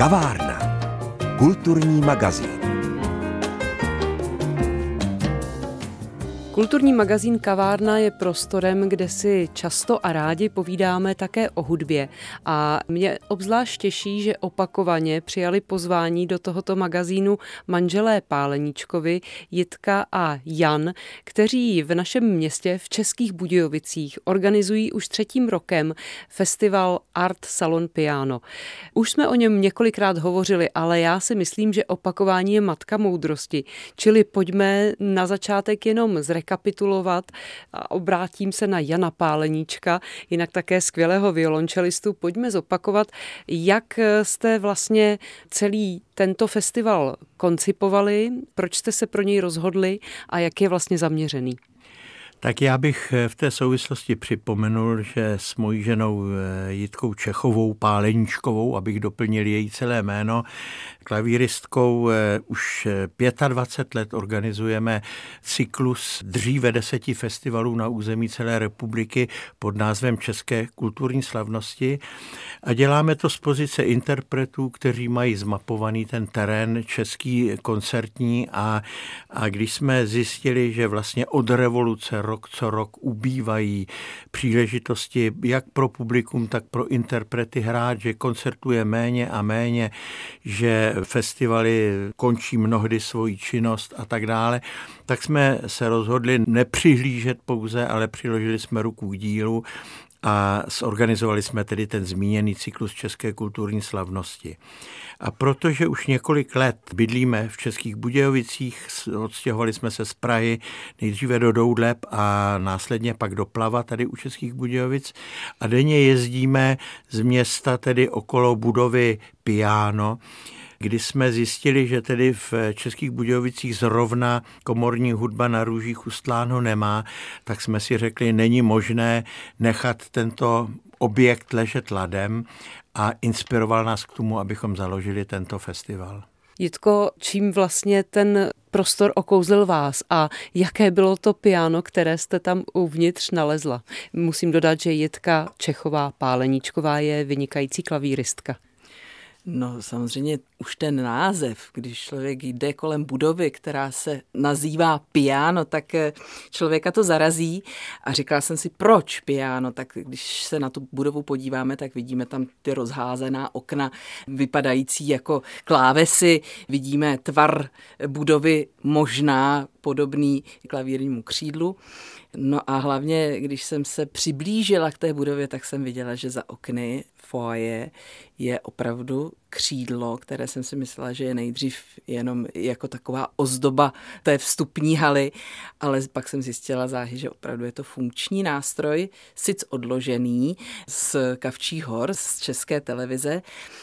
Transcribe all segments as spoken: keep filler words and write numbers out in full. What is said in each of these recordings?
Kavárna. Kulturní magazín. Kulturní magazín Kavárna je prostorem, kde si často a rádi povídáme také o hudbě. A mě obzvlášť těší, že opakovaně přijali pozvání do tohoto magazínu manželé Páleníčkovi, Jitka a Jan, kteří v našem městě v Českých Budějovicích organizují už třetím rokem festival Art Salon Piano. Už jsme o něm několikrát hovořili, ale já si myslím, že opakování je matka moudrosti. Čili pojďme na začátek jenom zrekapitulovat a obrátím se na Jana Páleníčka, jinak také skvělého violončelistu. Pojďme zopakovat, jak jste vlastně celý tento festival koncipovali, proč jste se pro něj rozhodli a jak je vlastně zaměřený. Tak já bych v té souvislosti připomenul, že s mojí ženou Jitkou Čechovou Páleníčkovou, abych doplnil její celé jméno, klavíristkou už dvacet pět let organizujeme cyklus dříve deseti festivalů na území celé republiky pod názvem České kulturní slavnosti a děláme to z pozice interpretů, kteří mají zmapovaný ten terén český koncertní a, a když jsme zjistili, že vlastně od revoluce rok co rok ubývají příležitosti jak pro publikum, tak pro interprety hrát, že koncertuje méně a méně, že festivaly končí mnohdy svoji činnost a tak dále, tak jsme se rozhodli nepřihlížet pouze, ale přiložili jsme ruku k dílu a zorganizovali jsme tedy ten zmíněný cyklus České kulturní slavnosti. A protože už několik let bydlíme v Českých Budějovicích, odstěhovali jsme se z Prahy nejdříve do Doudleb a následně pak do Plava tady u Českých Budějovic a denně jezdíme z města tedy okolo budovy Piano, kdy jsme zjistili, že tedy v Českých Budějovicích zrovna komorní hudba na Růžích ustláno nemá, tak jsme si řekli, není možné nechat tento objekt ležet ladem a inspiroval nás k tomu, abychom založili tento festival. Jitko, čím vlastně ten prostor okouzl vás a jaké bylo to piano, které jste tam uvnitř nalezla? Musím dodat, že Jitka Čechová Páleníčková je vynikající klavíristka. No samozřejmě už ten název, když člověk jde kolem budovy, která se nazývá piano, tak člověka to zarazí a říkala jsem si, proč piano, tak když se na tu budovu podíváme, tak vidíme tam ty rozházená okna vypadající jako klávesy, vidíme tvar budovy možná podobný klavírnímu křídlu. No a hlavně, když jsem se přiblížila k té budově, tak jsem viděla, že za okny foyer je opravdu křídlo, které jsem si myslela, že je nejdřív jenom jako taková ozdoba té vstupní haly, ale pak jsem zjistila záhy, že opravdu je to funkční nástroj, sice odložený z Kavčích hor, z České televize,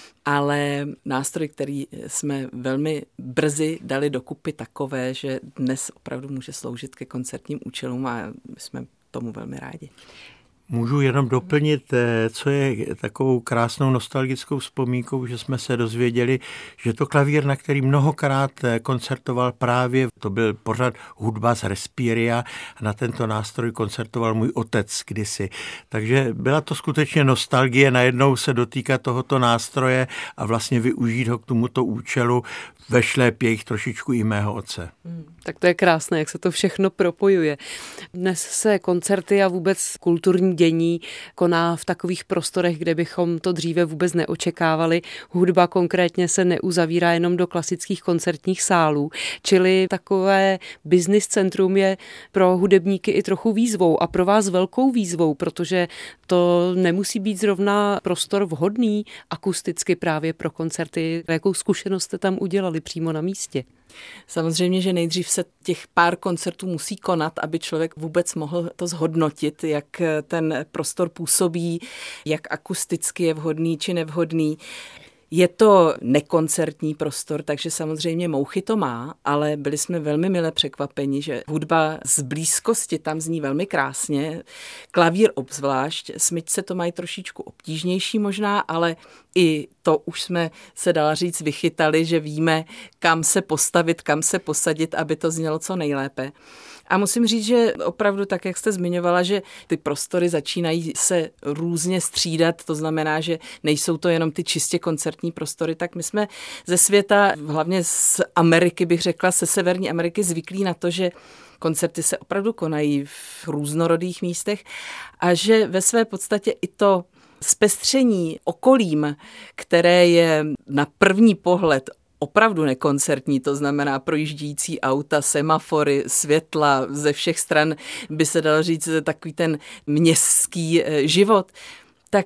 ale nástroj, který jsme velmi brzy dali dokupy takové, že dnes opravdu může sloužit ke koncertním účelům a my jsme tomu velmi rádi. Můžu jenom doplnit, co je takovou krásnou nostalgickou vzpomínkou, že jsme se dozvěděli, že to klavír, na který mnohokrát koncertoval právě, to byl pořad Hudba z Respiria a na tento nástroj koncertoval můj otec kdysi. Takže byla to skutečně nostalgie najednou se dotýkat tohoto nástroje a vlastně využít ho k tomuto účelu ve šlépějích trošičku i mého otce. Hmm, tak to je krásné, jak se to všechno propojuje. Dnes se koncerty a vůbec kulturní dění koná v takových prostorech, kde bychom to dříve vůbec neočekávali. Hudba konkrétně se neuzavírá jenom do klasických koncertních sálů, čili takové business centrum je pro hudebníky i trochu výzvou a pro vás velkou výzvou, protože to nemusí být zrovna prostor vhodný akusticky právě pro koncerty. Jakou zkušenost jste tam udělali přímo na místě? Samozřejmě, že nejdřív se těch pár koncertů musí konat, aby člověk vůbec mohl to zhodnotit, jak ten prostor působí, jak akusticky je vhodný či nevhodný. Je to nekoncertní prostor, takže samozřejmě mouchy to má, ale byli jsme velmi mile překvapeni, že hudba z blízkosti tam zní velmi krásně. Klavír obzvlášť, smyčce to mají trošičku obtížnější možná, ale i to už jsme se dala říct vychytali, že víme, kam se postavit, kam se posadit, aby to znělo co nejlépe. A musím říct, že opravdu tak, jak jste zmiňovala, že ty prostory začínají se různě střídat, to znamená, že nejsou to jenom ty čistě koncertní prostory, tak my jsme ze světa, hlavně z Ameriky bych řekla, ze Severní Ameriky zvyklí na to, že koncerty se opravdu konají v různorodých místech a že ve své podstatě i to zpestření okolím, které je na první pohled opravdu nekoncertní, to znamená projíždějící auta, semafory, světla, ze všech stran by se dalo říct takový ten městský život, tak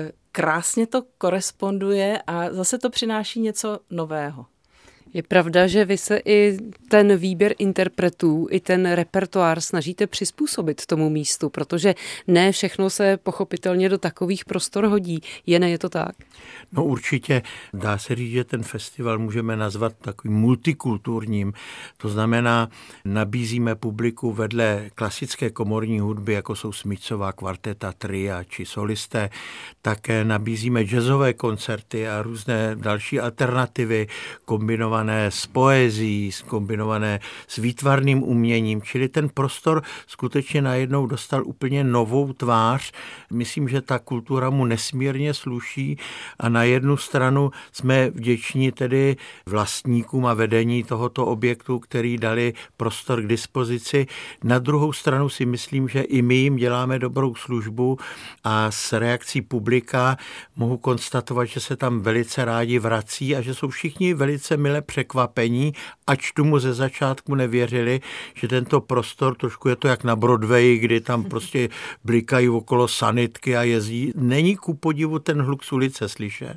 krásně to koresponduje a zase to přináší něco nového. Je pravda, že vy se i ten výběr interpretů, i ten repertoár snažíte přizpůsobit tomu místu, protože ne všechno se pochopitelně do takových prostor hodí. Jen je to tak? No určitě dá se říct, že ten festival můžeme nazvat takovým multikulturním. To znamená, nabízíme publiku vedle klasické komorní hudby, jako jsou smyčcová kvarteta, tria či solisté, také nabízíme jazzové koncerty a různé další alternativy kombinované s poezií, kombinované s výtvarným uměním, čili ten prostor skutečně najednou dostal úplně novou tvář. Myslím, že ta kultura mu nesmírně sluší a na jednu stranu jsme vděční tedy vlastníkům a vedení tohoto objektu, který dali prostor k dispozici. Na druhou stranu si myslím, že i my jim děláme dobrou službu a s reakcí publika mohu konstatovat, že se tam velice rádi vrací a že jsou všichni velice mile překvapení, ač tomu ze začátku nevěřili, že tento prostor, trošku je to jak na Broadwayi, kdy tam prostě blikají okolo sanitky a jezdí. Není ku podivu ten hluk z ulice slyšet.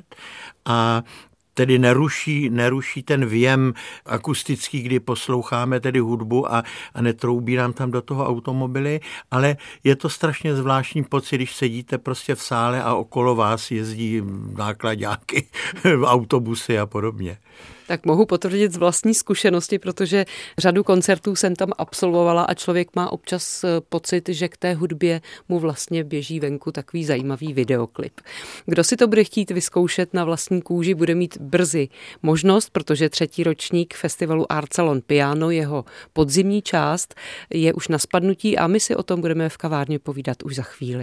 A tedy neruší, neruší ten věm akustický, kdy posloucháme tedy hudbu a, a netroubí nám tam do toho automobily, ale je to strašně zvláštní pocit, když sedíte prostě v sále a okolo vás jezdí náklaďáky, autobusy a podobně. Tak mohu potvrdit z vlastní zkušenosti, protože řadu koncertů jsem tam absolvovala a člověk má občas pocit, že k té hudbě mu vlastně běží venku takový zajímavý videoklip. Kdo si to bude chtít vyzkoušet na vlastní kůži, bude mít brzy možnost, protože třetí ročník festivalu Art Salon Piano, jeho podzimní část, je už na spadnutí a my si o tom budeme v kavárně povídat už za chvíli.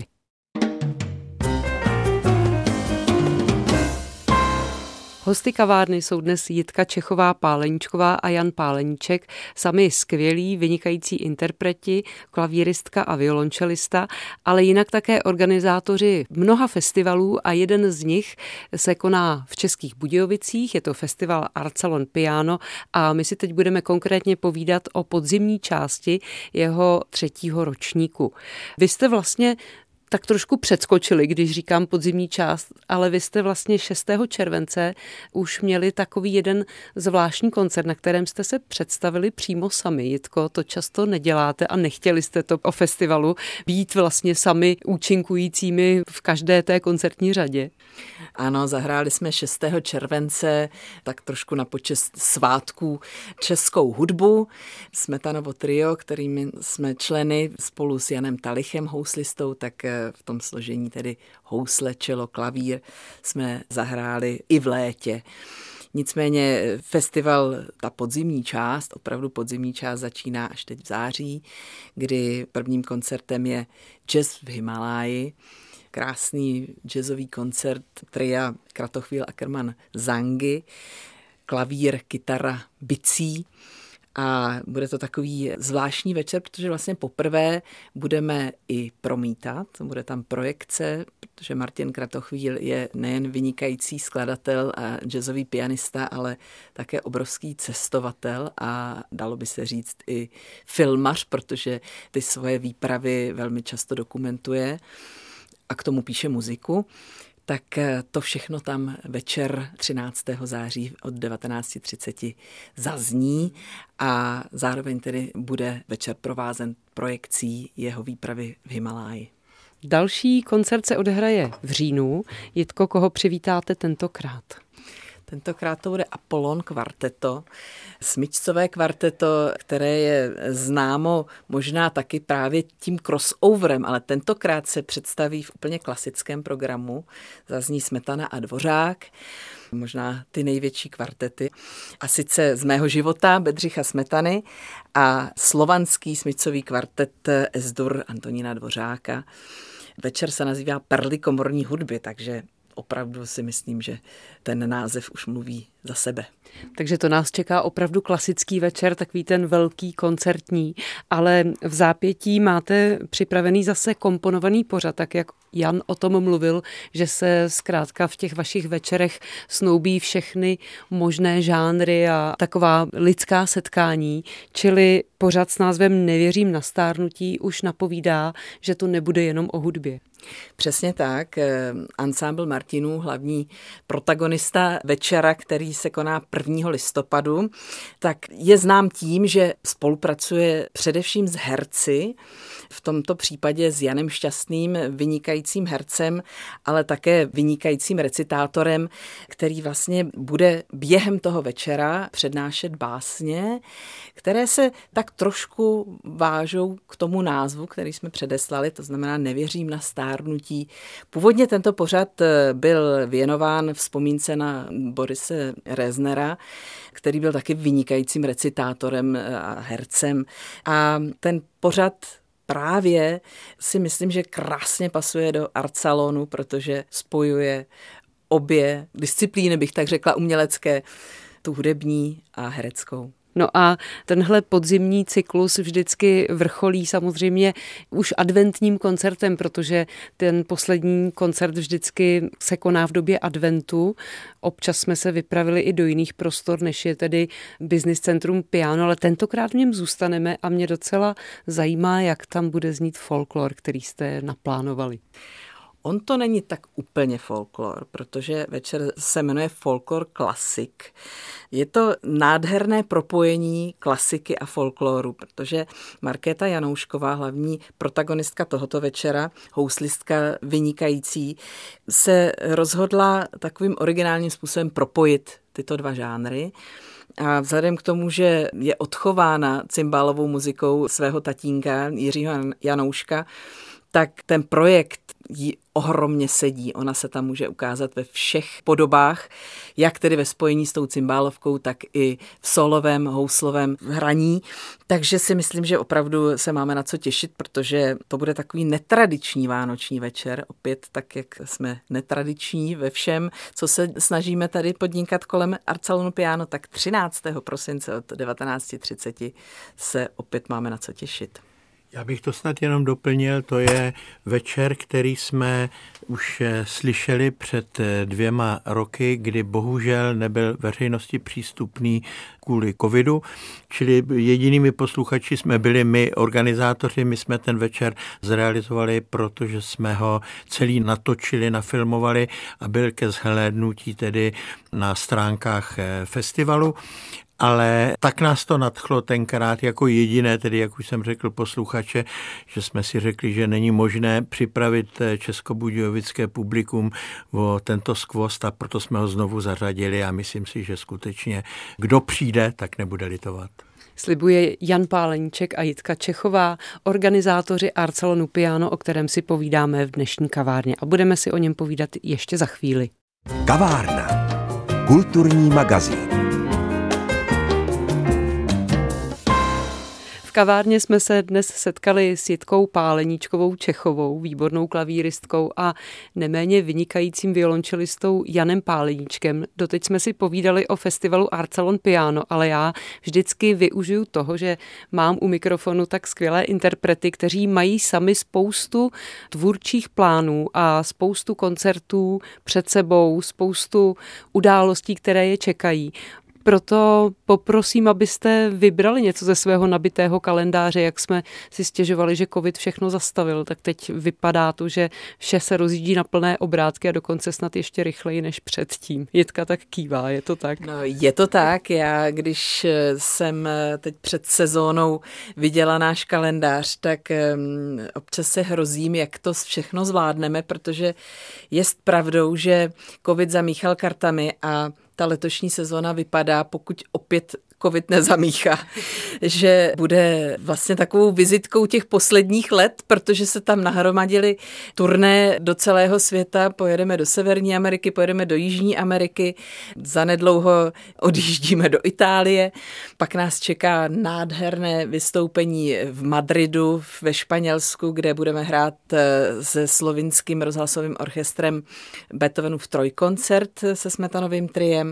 Hosty kavárny jsou dnes Jitka Čechová Páleníčková a Jan Páleníček, sami skvělí, vynikající interpreti, klavíristka a violončelista, ale jinak také organizátoři mnoha festivalů a jeden z nich se koná v Českých Budějovicích, je to festival Art Salon Piano a my si teď budeme konkrétně povídat o podzimní části jeho třetího ročníku. Vy jste vlastně tak trošku předskočili, když říkám podzimní část, ale vy jste vlastně šestého července už měli takový jeden zvláštní koncert, na kterém jste se představili přímo sami. Jitko, to často neděláte a nechtěli jste to o festivalu být vlastně sami účinkujícími v každé té koncertní řadě. Ano, zahráli jsme šestého července tak trošku na počest svátků českou hudbu. Smetanovo trio, kterými jsme členy spolu s Janem Talichem, houslistou, tak v tom složení tedy housle, čelo, klavír jsme zahráli i v létě. Nicméně festival, ta podzimní část, opravdu podzimní část začíná až teď v září, kdy prvním koncertem je Jazz v Himaláji, krásný jazzový koncert tria Kratochvíl Ackermann Zangy, klavír, kytara, bicí. A bude to takový zvláštní večer, protože vlastně poprvé budeme i promítat, bude tam projekce, protože Martin Kratochvíl je nejen vynikající skladatel a jazzový pianista, ale také obrovský cestovatel a dalo by se říct i filmař, protože ty svoje výpravy velmi často dokumentuje a k tomu píše muziku. Tak to všechno tam večer třináctého září od devatenáct třicet zazní a zároveň tedy bude večer provázen projekcí jeho výpravy v Himaláji. Další koncert se odehraje v říjnu. Jitko, koho přivítáte tentokrát? Tentokrát to bude Apollon kvarteto, smyčcové kvarteto, které je známo možná taky právě tím crossoverem, ale tentokrát se představí v úplně klasickém programu. Zazní Smetana a Dvořák, možná ty největší kvartety. A sice z mého života Bedřicha Smetany a slovanský smyčcový kvartet Es-dur Antonína Dvořáka. Večer se nazývá Perly komorní hudby, takže opravdu si myslím, že ten název už mluví za sebe. Takže to nás čeká opravdu klasický večer, takový ten velký koncertní, ale v zápětí máte připravený zase komponovaný pořad, tak jak Jan o tom mluvil, že se zkrátka v těch vašich večerech snoubí všechny možné žánry a taková lidská setkání, čili pořad s názvem Nevěřím na stárnutí už napovídá, že to nebude jenom o hudbě. Přesně tak. Ansámbl Martinů, hlavní protagonista večera, který se koná prvního listopadu, tak je znám tím, že spolupracuje především s herci, v tomto případě s Janem Šťastným, vynikajícím hercem, ale také vynikajícím recitátorem, který vlastně bude během toho večera přednášet básně, které se tak trošku vážou k tomu názvu, který jsme předeslali, to znamená Nevěřím na stárnutí. Původně tento pořad byl věnován vzpomínce na Borise Reznera, který byl taky vynikajícím recitátorem a hercem. A ten pořad právě si myslím, že krásně pasuje do Artsalonu, protože spojuje obě disciplíny, bych tak řekla, umělecké, tu hudební a hereckou. No a tenhle podzimní cyklus vždycky vrcholí samozřejmě už adventním koncertem, protože ten poslední koncert vždycky se koná v době adventu. Občas jsme se vypravili i do jiných prostor, než je tedy Business Centrum Piano, ale tentokrát v něm zůstaneme a mě docela zajímá, jak tam bude znít folklor, který jste naplánovali. On to není tak úplně folklor, protože večer se jmenuje Folklor klasik. Je to nádherné propojení klasiky a folkloru, protože Markéta Janoušková, hlavní protagonistka tohoto večera, houslistka vynikající, se rozhodla takovým originálním způsobem propojit tyto dva žánry. A vzhledem k tomu, že je odchována cymbálovou muzikou svého tatínka Jiřího Janouška, tak ten projekt jí ohromně sedí. Ona se tam může ukázat ve všech podobách, jak tedy ve spojení s tou cymbálovkou, tak i v solovém, houslovém hraní. Takže si myslím, že opravdu se máme na co těšit, protože to bude takový netradiční vánoční večer. Opět tak, jak jsme netradiční ve všem, co se snažíme tady podnikat kolem Artsalonu Piano, tak třináctého prosince od devatenáct třicet se opět máme na co těšit. Já bych to snad jenom doplnil, to je večer, který jsme už slyšeli před dvěma roky, kdy bohužel nebyl veřejnosti přístupný kvůli covidu, čili jedinými posluchači jsme byli my, organizátoři, my jsme ten večer zrealizovali, protože jsme ho celý natočili, nafilmovali a byl ke zhlédnutí tedy na stránkách festivalu. Ale tak nás to nadchlo tenkrát jako jediné, tedy jak už jsem řekl posluchače, že jsme si řekli, že není možné připravit českobudějovické publikum o tento skvost a proto jsme ho znovu zařadili a myslím si, že skutečně kdo přijde, tak nebude litovat. Slibuje Jan Páleníček a Jitka Čechová, organizátoři Artsalonu Piano, o kterém si povídáme v dnešní kavárně a budeme si o něm povídat ještě za chvíli. Kavárna. Kulturní magazín. V kavárně jsme se dnes setkali s Jitkou Páleníčkovou Čechovou, výbornou klavíristkou a neméně vynikajícím violončelistou Janem Páleníčkem. Doteď jsme si povídali o festivalu Artsalon Piano, ale já vždycky využiju toho, že mám u mikrofonu tak skvělé interprety, kteří mají sami spoustu tvůrčích plánů a spoustu koncertů před sebou, spoustu událostí, které je čekají. Proto poprosím, abyste vybrali něco ze svého nabitého kalendáře, jak jsme si stěžovali, že covid všechno zastavil, tak teď vypadá to, že vše se rozjíždí na plné obrátky a dokonce snad ještě rychleji než předtím. Jitka tak kývá, je to tak? No, je to tak. Já, když jsem teď před sezónou viděla náš kalendář, tak um, občas se hrozím, jak to všechno zvládneme, protože je pravdou, že covid zamíchal kartami a ta letošní sezóna vypadá, pokud opět covid nezamíchá, že bude vlastně takovou vizitkou těch posledních let, protože se tam nahromadily turné do celého světa, pojedeme do Severní Ameriky, pojedeme do Jižní Ameriky, zanedlouho odjíždíme do Itálie, pak nás čeká nádherné vystoupení v Madridu ve Španělsku, kde budeme hrát se slovinským rozhlasovým orchestrem Beethovenův trojkoncert se Smetanovým triem,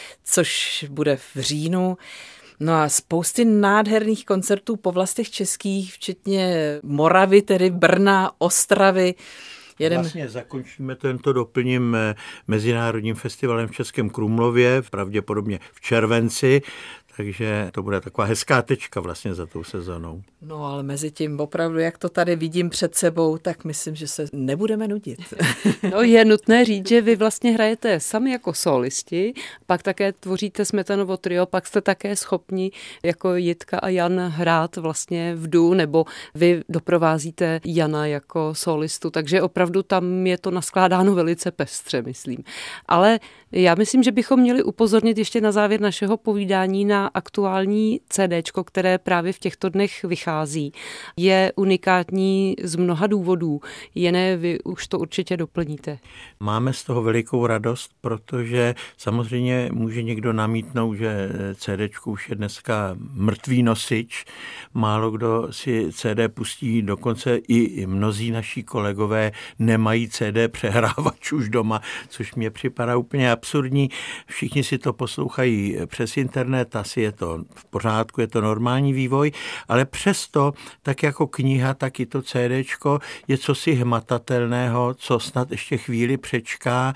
což bude v říjnu. No a spousty nádherných koncertů po vlastech českých, včetně Moravy, tedy Brna, Ostravy. Jedem... Vlastně zakončíme tento doplním mezinárodním festivalem v Českém Krumlově, pravděpodobně v červenci, takže to bude taková hezká tečka vlastně za tou sezónou. No ale mezi tím opravdu, jak to tady vidím před sebou, tak myslím, že se nebudeme nudit. No je nutné říct, že vy vlastně hrajete sami jako solisti, pak také tvoříte Smetanovo trio, pak jste také schopni jako Jitka a Jan hrát vlastně v du, nebo vy doprovázíte Jana jako solistu, takže opravdu tam je to naskládáno velice pestře, myslím. Ale já myslím, že bychom měli upozornit ještě na závěr našeho povídání na aktuální CDčko, které právě v těchto dnech vychází. Je unikátní z mnoha důvodů. Jené, vy už to určitě doplníte. Máme z toho velikou radost, protože samozřejmě může někdo namítnout, že CDčko už je dneska mrtvý nosič. Málo kdo si C D pustí, dokonce i mnozí naši kolegové nemají C D přehrávač už doma, což mě připadá úplně absurdní. Všichni si to poslouchají přes internet, asi je to v pořádku, je to normální vývoj, ale přesto, tak jako kniha, tak i to CDčko je cosi hmatatelného, co snad ještě chvíli přečká.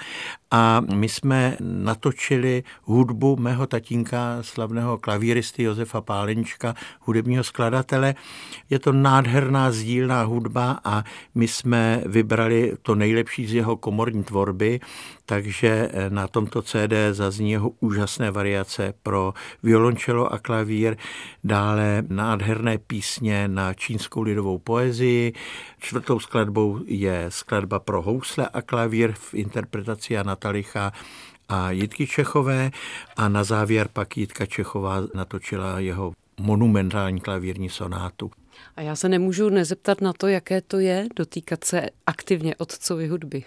A my jsme natočili hudbu mého tatínka, slavného klavíristy Josefa Pálenčka, hudebního skladatele. Je to nádherná sdílná hudba a my jsme vybrali to nejlepší z jeho komorní tvorby, takže na tomto C D zazní jeho úžasné variace pro violončelo a klavír, dále nádherné písně na čínskou lidovou poezii. Čtvrtou skladbou je skladba pro housle a klavír v interpretaci Jana Talicha a Jitky Čechové a na závěr pak Jitka Čechová natočila jeho monumentální klavírní sonátu. A já se nemůžu nezeptat na to, jaké to je dotýkat se aktivně otcovy hudby.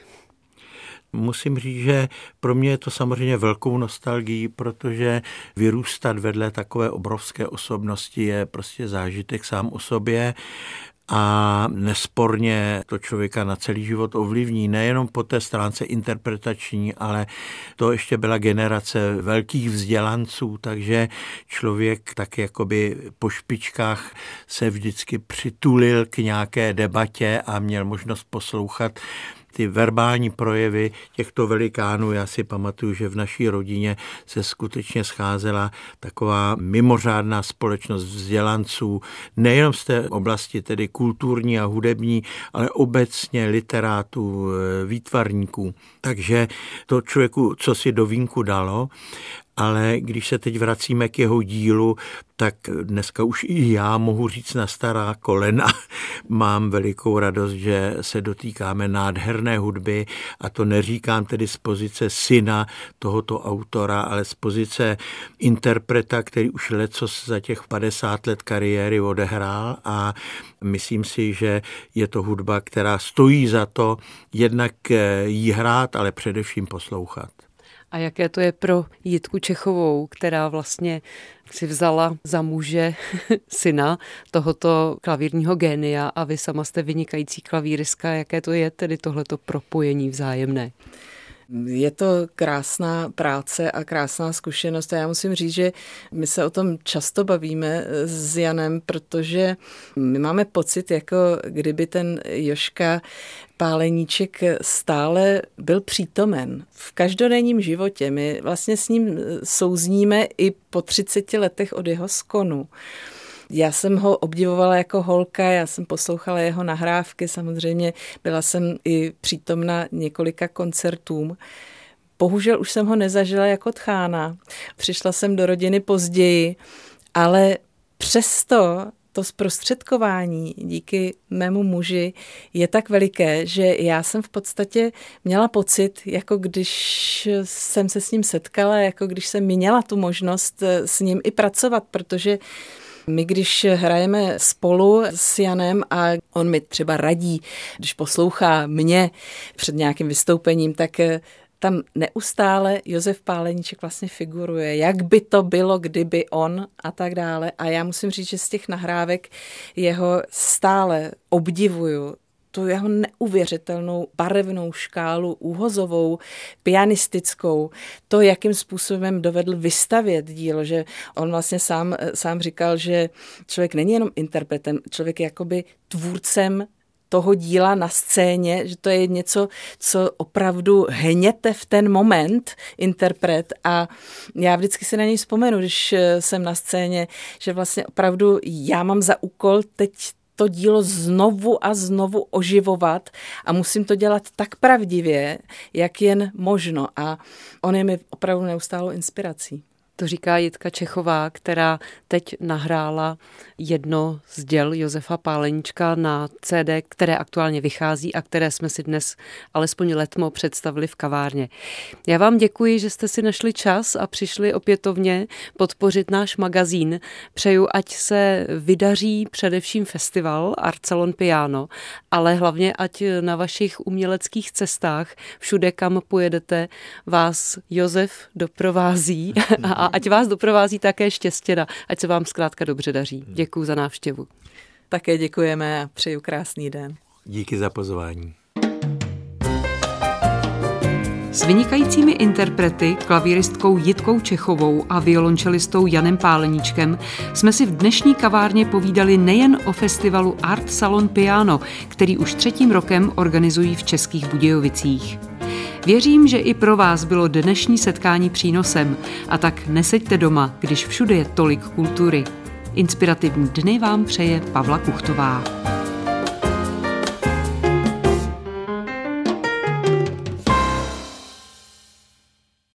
Musím říct, že pro mě je to samozřejmě velkou nostalgií, protože vyrůstat vedle takové obrovské osobnosti je prostě zážitek sám o sobě. A nesporně to člověka na celý život ovlivní, nejenom po té stránce interpretační, ale to ještě byla generace velkých vzdělanců, takže člověk tak jakoby po špičkách se vždycky přitulil k nějaké debatě a měl možnost poslouchat ty verbální projevy těchto velikánů. Já si pamatuju, že v naší rodině se skutečně scházela taková mimořádná společnost vzdělanců, nejenom z té oblasti tedy kulturní a hudební, ale obecně literátů, výtvarníků. Takže to člověku co si do vínku dalo. Ale když se teď vracíme k jeho dílu, tak dneska už i já mohu říct na stará kolena. Mám velikou radost, že se dotýkáme nádherné hudby a to neříkám tedy z pozice syna tohoto autora, ale z pozice interpreta, který už lecos za těch padesát let kariéry odehrál a myslím si, že je to hudba, která stojí za to jednak jí hrát, ale především poslouchat. A jaké to je pro Jitku Čechovou, která vlastně si vzala za muže syna tohoto klavírního génia a vy sama jste vynikající klavíristka. Jaké to je tedy tohleto propojení vzájemné? Je to krásná práce a krásná zkušenost a já musím říct, že my se o tom často bavíme s Janem, protože my máme pocit, jako kdyby ten Jožka Páleníček stále byl přítomen v každodenním životě. My vlastně s ním souzníme i po třiceti letech od jeho skonu. Já jsem ho obdivovala jako holka, já jsem poslouchala jeho nahrávky, samozřejmě byla jsem i přítomna několika koncertům. Bohužel už jsem ho nezažila jako tchána. Přišla jsem do rodiny později, ale přesto to zprostředkování díky mému muži je tak veliké, že já jsem v podstatě měla pocit, jako když jsem se s ním setkala, jako když jsem měla tu možnost s ním i pracovat, protože my, když hrajeme spolu s Janem a on mi třeba radí, když poslouchá mě před nějakým vystoupením, tak tam neustále Josef Páleníček vlastně figuruje, jak by to bylo, kdyby on a tak dále. A já musím říct, že z těch nahrávek jeho stále obdivuju tu jeho neuvěřitelnou barevnou škálu, úhozovou, pianistickou, to, jakým způsobem dovedl vystavět dílo, že on vlastně sám, sám říkal, že člověk není jenom interpretem, člověk je jakoby tvůrcem toho díla na scéně, že to je něco, co opravdu hněte v ten moment, interpret, a já vždycky si na něj vzpomenu, když jsem na scéně, že vlastně opravdu já mám za úkol teď to dílo znovu a znovu oživovat a musím to dělat tak pravdivě, jak jen možno, a on je mi opravdu neustálou inspirací. To říká Jitka Čechová, která teď nahrála jedno z děl Josefa Páleníčka na cé dé, které aktuálně vychází a které jsme si dnes alespoň letmo představili v kavárně. Já vám děkuji, že jste si našli čas a přišli opětovně podpořit náš magazín. Přeju, ať se vydaří především festival Art Salon Piano, ale hlavně ať na vašich uměleckých cestách, všude, kam pojedete, vás Josef doprovází a ať vás doprovází také štěstěda, ať se vám zkrátka dobře daří. Děkuji za návštěvu. Také děkujeme a přeju krásný den. Díky za pozvání. S vynikajícími interprety, klavíristkou Jitkou Čechovou a violončelistou Janem Páleníčkem jsme si v dnešní kavárně povídali nejen o festivalu Art Salon Piano, který už třetím rokem organizují v Českých Budějovicích. Věřím, že i pro vás bylo dnešní setkání přínosem, a tak neseďte doma, když všude je tolik kultury. Inspirativní dny vám přeje Pavla Kuchtová.